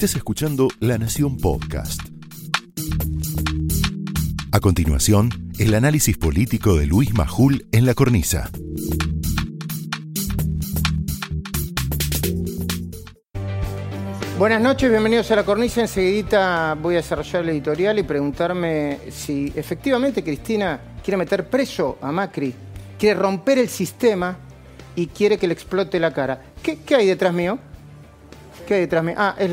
Estás escuchando La Nación Podcast. A continuación, el análisis político de Luis Majul en La Cornisa. Buenas noches, bienvenidos a La Cornisa. Enseguidita voy a desarrollar el editorial y preguntarme si efectivamente Cristina quiere meter preso a Macri, quiere romper el sistema y quiere que le explote la cara. ¿Qué hay detrás mío? ¿Qué hay detrás mío? Ah,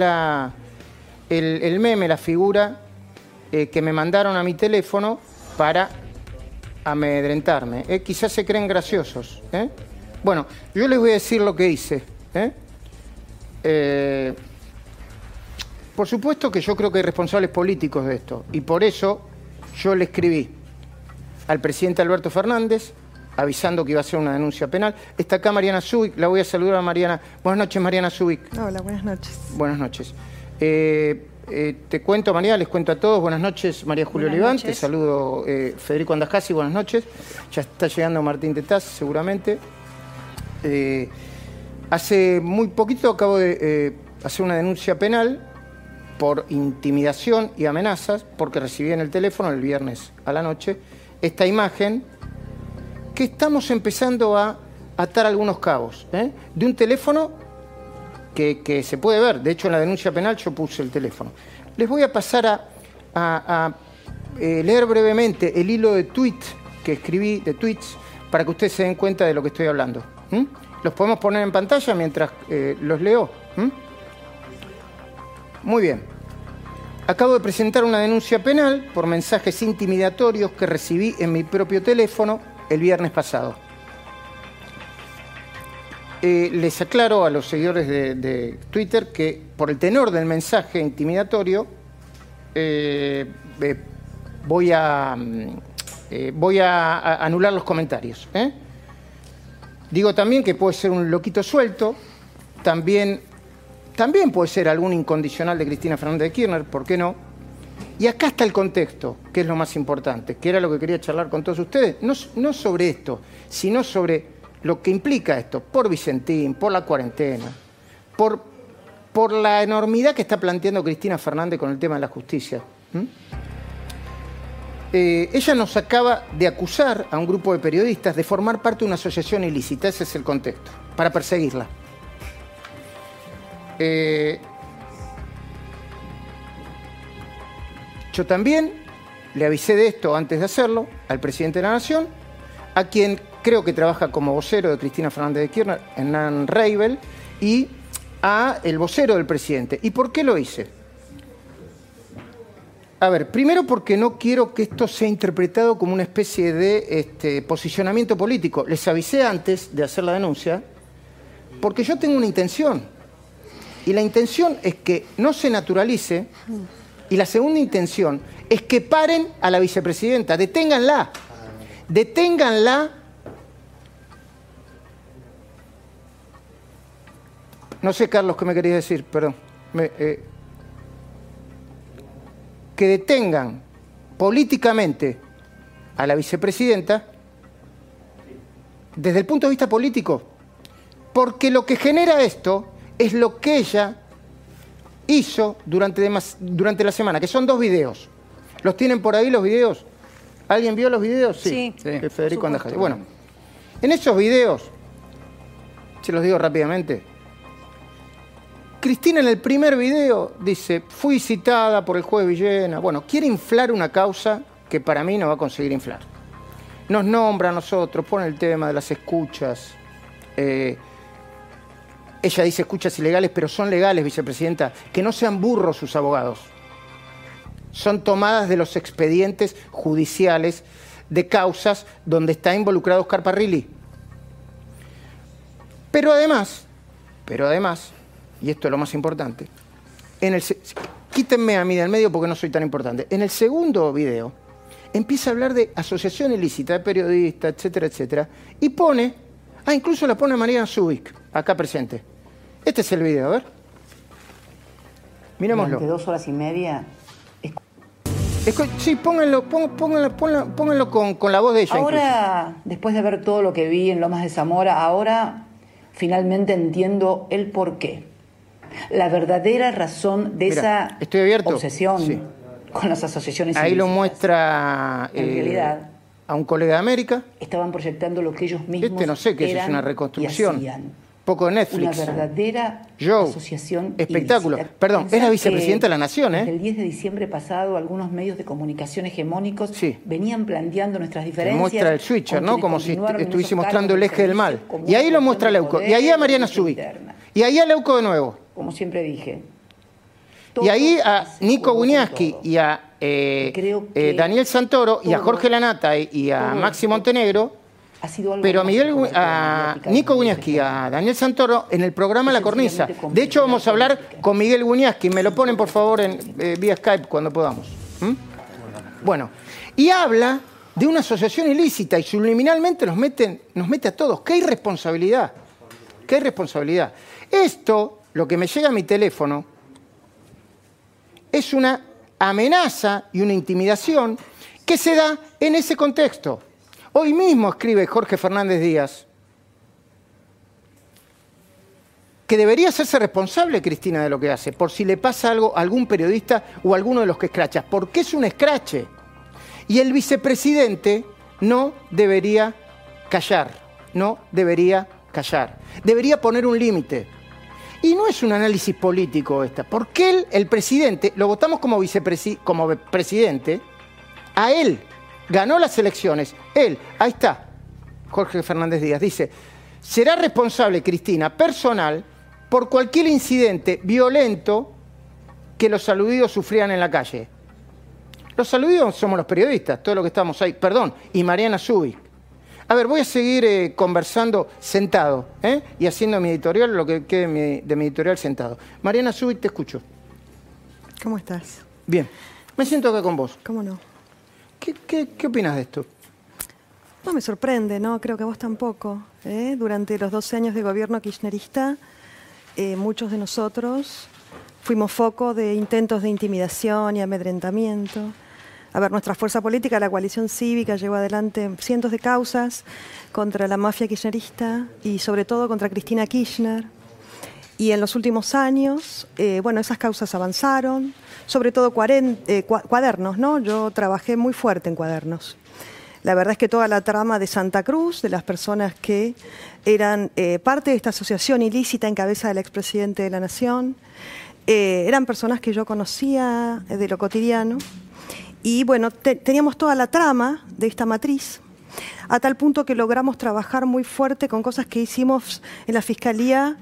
el meme, la figura que me mandaron a mi teléfono para amedrentarme. Quizás se creen graciosos. Bueno, yo les voy a decir lo que hice. Por supuesto que yo creo que hay responsables políticos de esto, y por eso yo le escribí al presidente Alberto Fernández avisando que iba a hacer una denuncia penal. Está acá Mariana Zubik, la voy a saludar a Mariana. Buenas noches, Mariana Zubik. Hola, buenas noches. Buenas noches. Te cuento, María, les cuento a todos. Buenas noches, María Julia Oliván. Te saludo, Federico Andajasi, buenas noches. Ya está llegando Martín Tetaz, seguramente. Hace muy poquito acabo de hacer una denuncia penal por intimidación y amenazas, porque recibí en el teléfono el viernes a la noche esta imagen que estamos empezando a atar algunos cabos, de un teléfono que se puede ver. De hecho, en la denuncia penal yo puse el teléfono. Les voy a pasar a leer brevemente el hilo de tweets que escribí, de tweets, para que ustedes se den cuenta de lo que estoy hablando. Los podemos poner en pantalla mientras los leo. Muy bien. Acabo de presentar una denuncia penal por mensajes intimidatorios que recibí en mi propio teléfono el viernes pasado. Les aclaro a los seguidores de Twitter que por el tenor del mensaje intimidatorio voy a anular los comentarios. Digo también que puede ser un loquito suelto, también puede ser algún incondicional de Cristina Fernández de Kirchner, ¿por qué no? Y acá está el contexto, que es lo más importante, que era lo que quería charlar con todos ustedes, no sobre esto, sino sobre lo que implica esto, por Vicentín, por la cuarentena, por la enormidad que está planteando Cristina Fernández con el tema de la justicia. Ella nos acaba de acusar a un grupo de periodistas de formar parte de una asociación ilícita, ese es el contexto, para perseguirla. Yo también le avisé de esto antes de hacerlo al presidente de la Nación, a quien creo que trabaja como vocero de Cristina Fernández de Kirchner, Hernán Reibel, y a el vocero del presidente. ¿Y por qué lo hice? A ver, primero porque no quiero que esto sea interpretado como una especie de posicionamiento político. Les avisé antes de hacer la denuncia porque yo tengo una intención. Y la intención es que no se naturalice. Y la segunda intención es que paren a la vicepresidenta. Deténganla. Deténganla. No sé, Carlos, qué me querías decir, perdón. Que detengan políticamente a la vicepresidenta desde el punto de vista político. Porque lo que genera esto es lo que ella hizo durante la semana, que son 2 videos. ¿Los tienen por ahí los videos? ¿Alguien vio los videos? Sí. Federico Andajasi. Bueno, en esos videos, se los digo rápidamente, Cristina en el primer video dice, fui citada por el juez Villena. Bueno, quiere inflar una causa que para mí no va a conseguir inflar. Nos nombra a nosotros, pone el tema de las escuchas. Ella dice escuchas ilegales, pero son legales, vicepresidenta. Que no sean burros sus abogados. Son tomadas de los expedientes judiciales de causas donde está involucrado Oscar Parrilli. Pero además, y esto es lo más importante, quítenme a mí del medio porque no soy tan importante. En el segundo video empieza a hablar de asociación ilícita de periodistas, etcétera, etcétera, y pone, incluso la pone Mariana Zubik, acá presente. Este es el video, a ver. Miremoslo. Durante 2 horas y media. Sí, pónganlo con la voz de ella. Ahora, incluso. Después de ver todo lo que vi en Lomas de Zamora, ahora finalmente entiendo el porqué. La verdadera razón de Mirá, esa obsesión sí. con las asociaciones Ahí lo ilícitas, muestra en realidad, a un colega de América. estaban proyectando lo que ellos mismos No sé qué es una reconstrucción. Poco de Netflix. Una verdadera Show. Asociación Espectáculo. ilícita. Perdón, Pensar es la vicepresidenta de la que Nación, ¿eh? Desde el 10 de diciembre pasado, algunos medios de comunicación hegemónicos Sí. venían planteando nuestras Te diferencias. muestra el switcher, con ¿no? quienes Como si continuaron en estuviese esos mostrando cargos el de eje del mal. servicio como Y ahí una lo muestra cuestión de Leuco. poder Y ahí a Mariana lucha Zubik. interna. Y ahí a Leuco de nuevo. Como siempre dije. Y ahí a todo Nico se jugó con Guñaski todo. y a Creo que Daniel Santoro y a todo- Jorge Lanata y a todo Maxi esto Montenegro. Ha sido algo Pero a mágico a Nico Guñaski y a Daniel Santoro en el programa La Cornisa. De hecho, vamos a hablar con Miguel Guñaski. Me lo ponen, por favor, en vía Skype cuando podamos. Bueno, y habla de una asociación ilícita y subliminalmente nos mete a todos. ¡Qué irresponsabilidad! ¡Qué irresponsabilidad! Esto, lo que me llega a mi teléfono, es una amenaza y una intimidación que se da en ese contexto. Hoy mismo escribe Jorge Fernández Díaz que debería hacerse responsable Cristina de lo que hace, por si le pasa algo a algún periodista o a alguno de los que escrachas, porque es un escrache. Y el vicepresidente no debería callar, no debería callar. Debería poner un límite. Y no es un análisis político esta, porque él, el presidente, lo votamos como presidente, a él ganó las elecciones. Él, ahí está, Jorge Fernández Díaz, dice, será responsable Cristina personal por cualquier incidente violento que los aludidos sufrían en la calle. Los aludidos somos los periodistas, todos los que estamos ahí, perdón, y Mariana Zubik. A ver, voy a seguir conversando sentado y haciendo mi editorial, lo que quede de mi editorial sentado. Mariana Zubik, te escucho. ¿Cómo estás? Bien, me siento acá con vos. ¿Cómo no? ¿Qué opinas de esto? No me sorprende, ¿no? Creo que vos tampoco. Durante los 12 años de gobierno kirchnerista, muchos de nosotros fuimos foco de intentos de intimidación y amedrentamiento. A ver, nuestra fuerza política, la coalición cívica, llevó adelante cientos de causas contra la mafia kirchnerista y sobre todo contra Cristina Kirchner. Y en los últimos años, bueno, esas causas avanzaron, sobre todo cuadernos, ¿no? Yo trabajé muy fuerte en cuadernos. La verdad es que toda la trama de Santa Cruz, de las personas que eran parte de esta asociación ilícita en cabeza del expresidente de la Nación, eran personas que yo conocía de lo cotidiano. Y bueno, teníamos toda la trama de esta matriz, a tal punto que logramos trabajar muy fuerte con cosas que hicimos en la Fiscalía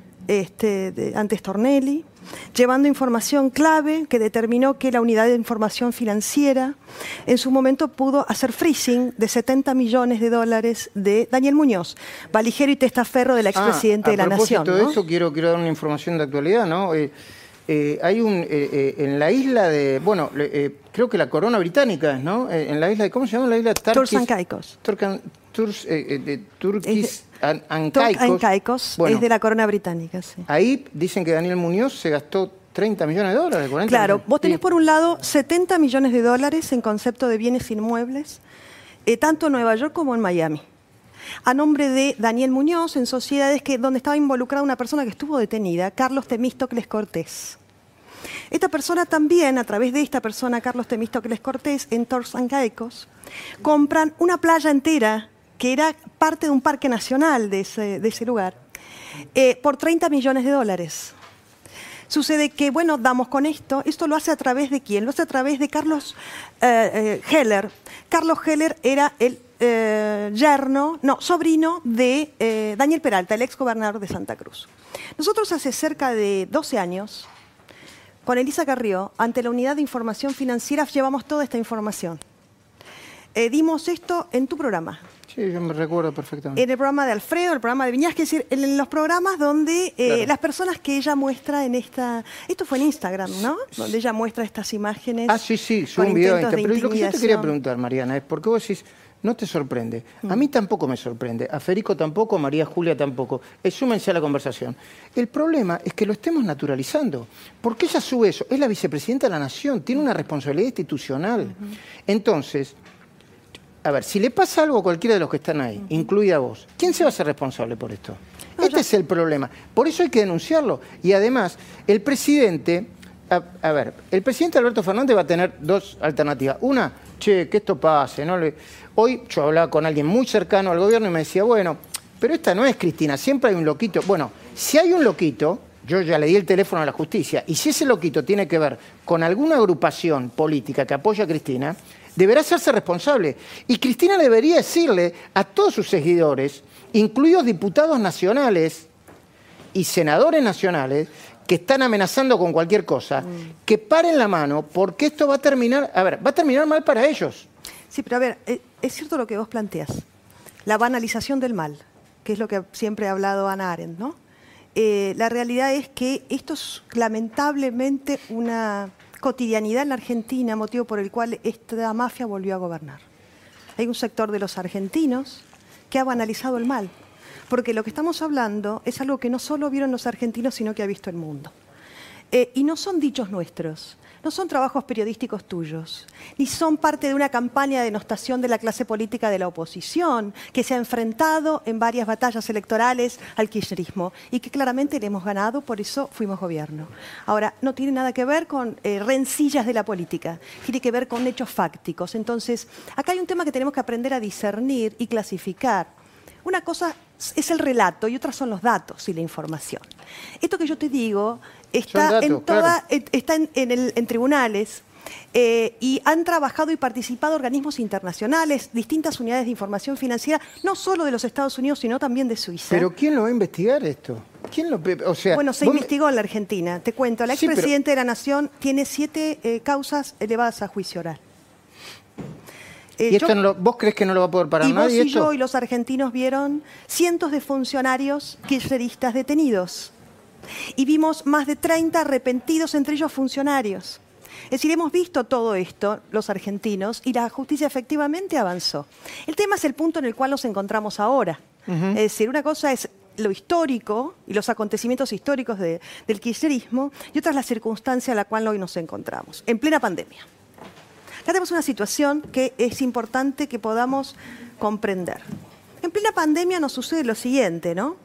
ante Stornelli, llevando información clave que determinó que la unidad de información financiera en su momento pudo hacer freezing de $70 millones de Daniel Muñoz, valijero y testaferro del expresidente de la Nación. A propósito de eso, quiero dar una información de actualidad, ¿no? Hay en la isla de, bueno, creo que la Corona Británica, ¿no? En la isla de, ¿cómo se llama la isla? Turks and Caicos. Turks and Caicos, bueno, es de la Corona Británica, sí. Ahí dicen que Daniel Muñoz se gastó $30 millones, 40 Claro, millones. vos tenés por un lado $70 millones en concepto de bienes inmuebles, tanto en Nueva York como en Miami, a nombre de Daniel Muñoz, en sociedades donde estaba involucrada una persona que estuvo detenida, Carlos Temístocles Cortés. Esta persona también, a través de esta persona, Carlos Temístocles Cortés, en Turks and Caicos, compran una playa entera que era parte de un parque nacional de ese lugar, por $30 millones. Sucede que, bueno, damos con esto lo hace a través de ¿quién? Lo hace a través de Carlos Heller. Carlos Heller era el sobrino de Daniel Peralta, el ex gobernador de Santa Cruz. Nosotros hace cerca de 12 años, con Elisa Carrió, ante la Unidad de Información Financiera, llevamos toda esta información. Dimos esto en tu programa. Sí, yo me recuerdo perfectamente. En el programa de Alfredo, el programa de Viñas, es decir, en los programas donde claro, las personas que ella muestra en esta... Esto fue en Instagram, ¿no? Donde ella muestra estas imágenes. Ah, sí, sube un video de Instagram. Pero lo que yo te quería preguntar, Mariana, es por qué vos decís, no te sorprende. A mí tampoco me sorprende. A Federico tampoco, a María Julia tampoco. Súmense a la conversación. El problema es que lo estemos naturalizando. ¿Por qué ella sube eso? Es la vicepresidenta de la Nación, tiene una responsabilidad institucional. Entonces... A ver, si le pasa algo a cualquiera de los que están ahí, incluida vos, ¿quién se va a hacer responsable por esto? No, Este es el problema. Por eso hay que denunciarlo. Y además, el presidente... A ver, el presidente Alberto Fernández va a tener dos alternativas. Una, che, que esto pase. Hoy yo hablaba con alguien muy cercano al gobierno y me decía, bueno, pero esta no es Cristina, siempre hay un loquito. Bueno, si hay un loquito, yo ya le di el teléfono a la justicia, y si ese loquito tiene que ver con alguna agrupación política que apoya a Cristina, deberá hacerse responsable. Y Cristina debería decirle a todos sus seguidores, incluidos diputados nacionales y senadores nacionales, que están amenazando con cualquier cosa, que paren la mano, porque esto va a terminar, va a terminar mal para ellos. Sí, pero a ver, es cierto lo que vos planteás, la banalización del mal, que es lo que siempre ha hablado Hannah Arendt, ¿no? La realidad es que esto es lamentablemente una cotidianidad en la Argentina, motivo por el cual esta mafia volvió a gobernar. Hay un sector de los argentinos que ha banalizado el mal, porque lo que estamos hablando es algo que no solo vieron los argentinos, sino que ha visto el mundo. Y no son dichos nuestros, no son trabajos periodísticos tuyos, ni son parte de una campaña de denostación de la clase política de la oposición, que se ha enfrentado en varias batallas electorales al kirchnerismo y que claramente le hemos ganado, por eso fuimos gobierno. Ahora, no tiene nada que ver con rencillas de la política, tiene que ver con hechos fácticos. Entonces, acá hay un tema que tenemos que aprender a discernir y clasificar. Una cosa es el relato y otras son los datos y la información. Esto que yo te digo está en tribunales y han trabajado y participado organismos internacionales, distintas unidades de información financiera, no solo de los Estados Unidos, sino también de Suiza. ¿Pero quién lo va a investigar esto? Bueno, se investigó en la Argentina. Te cuento, la expresidenta de la Nación tiene 7 causas elevadas a juicio oral. ¿Y esto vos crees que no lo va a poder parar nadie? Y vos y yo y los argentinos vieron cientos de funcionarios kirchneristas detenidos. Y vimos más de 30 arrepentidos, entre ellos funcionarios. Es decir, hemos visto todo esto, los argentinos, y la justicia efectivamente avanzó. El tema es el punto en el cual nos encontramos ahora. Es decir, una cosa es lo histórico y los acontecimientos históricos del kirchnerismo, y otra es la circunstancia en la cual hoy nos encontramos, en plena pandemia. Acá tenemos una situación que es importante que podamos comprender. En plena pandemia nos sucede lo siguiente, ¿no?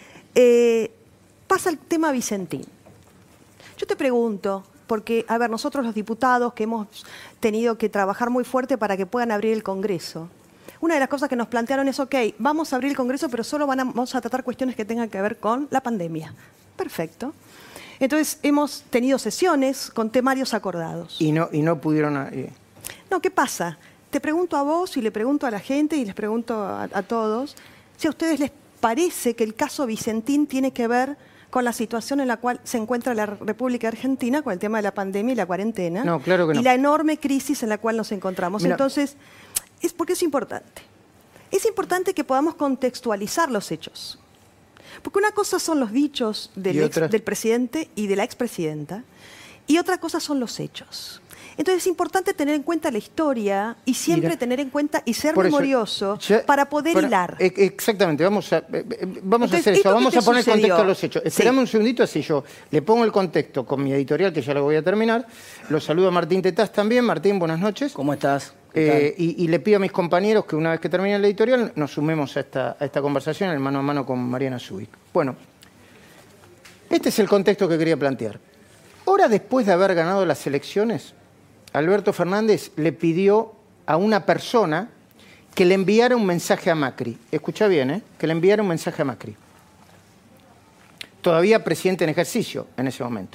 Pasa el tema Vicentín. Yo te pregunto, porque, a ver, nosotros los diputados que hemos tenido que trabajar muy fuerte para que puedan abrir el Congreso, una de las cosas que nos plantearon es, ok, vamos a abrir el Congreso, pero solo vamos a tratar cuestiones que tengan que ver con la pandemia. Perfecto. Entonces, hemos tenido sesiones con temarios acordados. Y no pudieron... No, ¿qué pasa? Te pregunto a vos y le pregunto a la gente y les pregunto a todos si a ustedes les parece que el caso Vicentín tiene que ver con la situación en la cual se encuentra la República Argentina con el tema de la pandemia y la cuarentena. No, claro que no. Y la enorme crisis en la cual nos encontramos. Mira, entonces, es porque es importante. Es importante que podamos contextualizar los hechos. Porque una cosa son los dichos del presidente y de la expresidenta y otra cosa son los hechos. Entonces es importante tener en cuenta la historia y siempre tener en cuenta y ser memorioso para poder hilar. Exactamente, vamos a hacer eso, vamos a poner contexto a los hechos. Esperame un segundito, así yo le pongo el contexto con mi editorial, que ya lo voy a terminar. Lo saludo a Martín Tetaz también. Martín, buenas noches. ¿Cómo estás? Y le pido a mis compañeros que una vez que termine la editorial nos sumemos a esta conversación en el mano a mano con Mariana Zubik. Bueno, este es el contexto que quería plantear. Horas después de haber ganado las elecciones, Alberto Fernández le pidió a una persona que le enviara un mensaje a Macri. Escucha bien, que le enviara un mensaje a Macri. Todavía presidente en ejercicio en ese momento.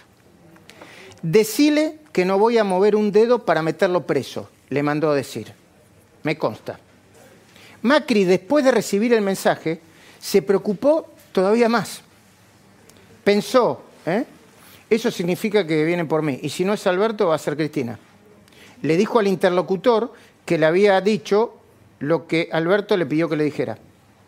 Decile que no voy a mover un dedo para meterlo preso, le mandó a decir. Me consta. Macri, después de recibir el mensaje, se preocupó todavía más. Pensó, eso significa que viene por mí. Y si no es Alberto, va a ser Cristina. Le dijo al interlocutor que le había dicho lo que Alberto le pidió que le dijera.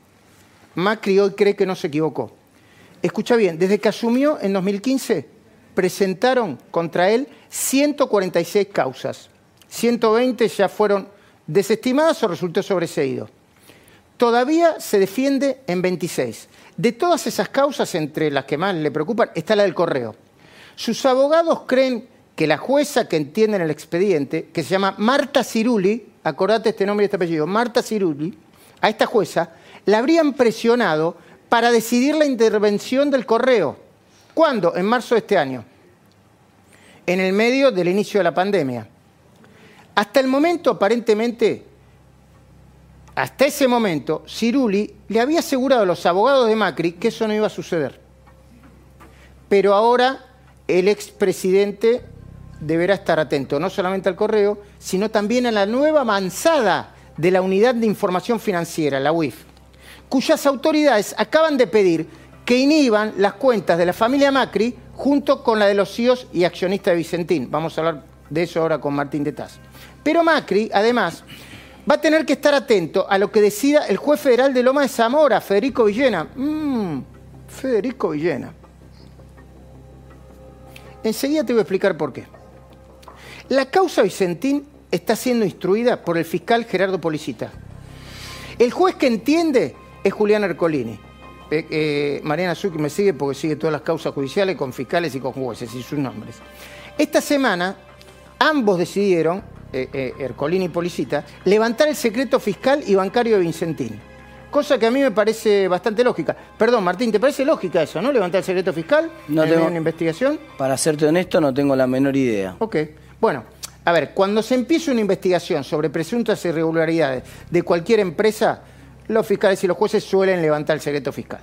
Macri hoy cree que no se equivocó. Escucha bien, desde que asumió en 2015, presentaron contra él 146 causas. 120 ya fueron desestimadas o resultó sobreseído. Todavía se defiende en 26. De todas esas causas, entre las que más le preocupan, está la del correo. Sus abogados creen que la jueza que entiende en el expediente, que se llama Marta Ciruli, acordate este nombre y este apellido, Marta Ciruli, a esta jueza la habrían presionado para decidir la intervención del correo. ¿Cuándo? En marzo de este año, en el medio del inicio de la pandemia. Hasta el momento, aparentemente, hasta ese momento, Ciruli le había asegurado a los abogados de Macri que eso no iba a suceder. Pero ahora el expresidente deberá estar atento no solamente al correo, sino también a la nueva avanzada de la Unidad de Información Financiera, la UIF, cuyas autoridades acaban de pedir que inhiban las cuentas de la familia Macri junto con la de los CEOs y accionistas de Vicentín. Vamos a hablar de eso ahora con Martín de Taz. Pero Macri, además, va a tener que estar atento a lo que decida el juez federal de Loma de Zamora, Federico Villena. Federico Villena. Enseguida te voy a explicar por qué. La causa Vicentín está siendo instruida por el fiscal Gerardo Policita. El juez que entiende es Julián Ercolini. Mariana Zucchi me sigue porque sigue todas las causas judiciales con fiscales y con jueces y sus nombres. Esta semana ambos decidieron, Ercolini y Policita, levantar el secreto fiscal y bancario de Vicentín. Cosa que a mí me parece bastante lógica. Perdón, Martín, ¿te parece lógica eso, no? ¿Levantar el secreto fiscal No en tengo, una investigación? Para serte honesto, no tengo la menor idea. Ok. Bueno, a ver, cuando se empieza una investigación sobre presuntas irregularidades de cualquier empresa, los fiscales y los jueces suelen levantar el secreto fiscal.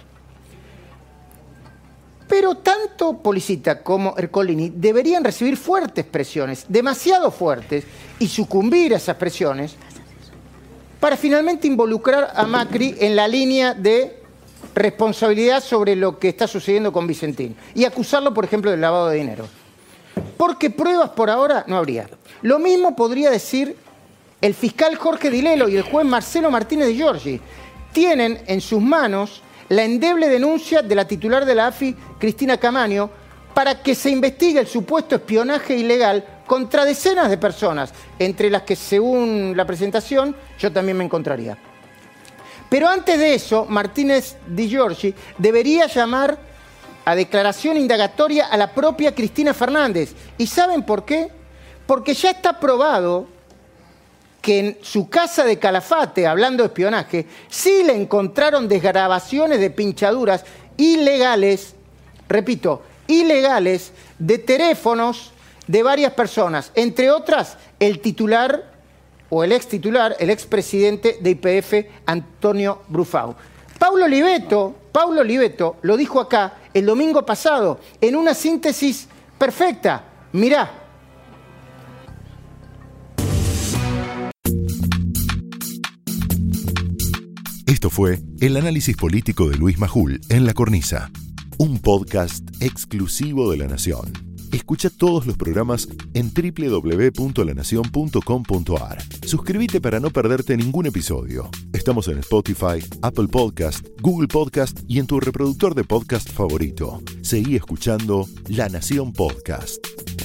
Pero tanto Policita como Ercolini deberían recibir fuertes presiones, demasiado fuertes, y sucumbir a esas presiones para finalmente involucrar a Macri en la línea de responsabilidad sobre lo que está sucediendo con Vicentín y acusarlo, por ejemplo, del lavado de dinero. Porque pruebas por ahora no habría. Lo mismo podría decir el fiscal Jorge Di Lello y el juez Marcelo Martínez de Giorgi. Tienen en sus manos la endeble denuncia de la titular de la AFI, Cristina Camaño, para que se investigue el supuesto espionaje ilegal contra decenas de personas, entre las que, según la presentación, yo también me encontraría. Pero antes de eso, Martínez Di Giorgi debería llamar a declaración indagatoria a la propia Cristina Fernández. ¿Y saben por qué? Porque ya está probado que en su casa de Calafate, hablando de espionaje, sí le encontraron desgrabaciones de pinchaduras ilegales, repito, ilegales, de teléfonos de varias personas, entre otras el titular o el expresidente de YPF, Antonio Brufau. Paulo Oliveto lo dijo acá el domingo pasado en una síntesis perfecta. Mirá. Esto fue el análisis político de Luis Majul en La Cornisa, un podcast exclusivo de La Nación. Escucha todos los programas en www.lanacion.com.ar. Suscríbete para no perderte ningún episodio. Estamos en Spotify, Apple Podcast, Google Podcast y en tu reproductor de podcast favorito. Seguí escuchando La Nación Podcast.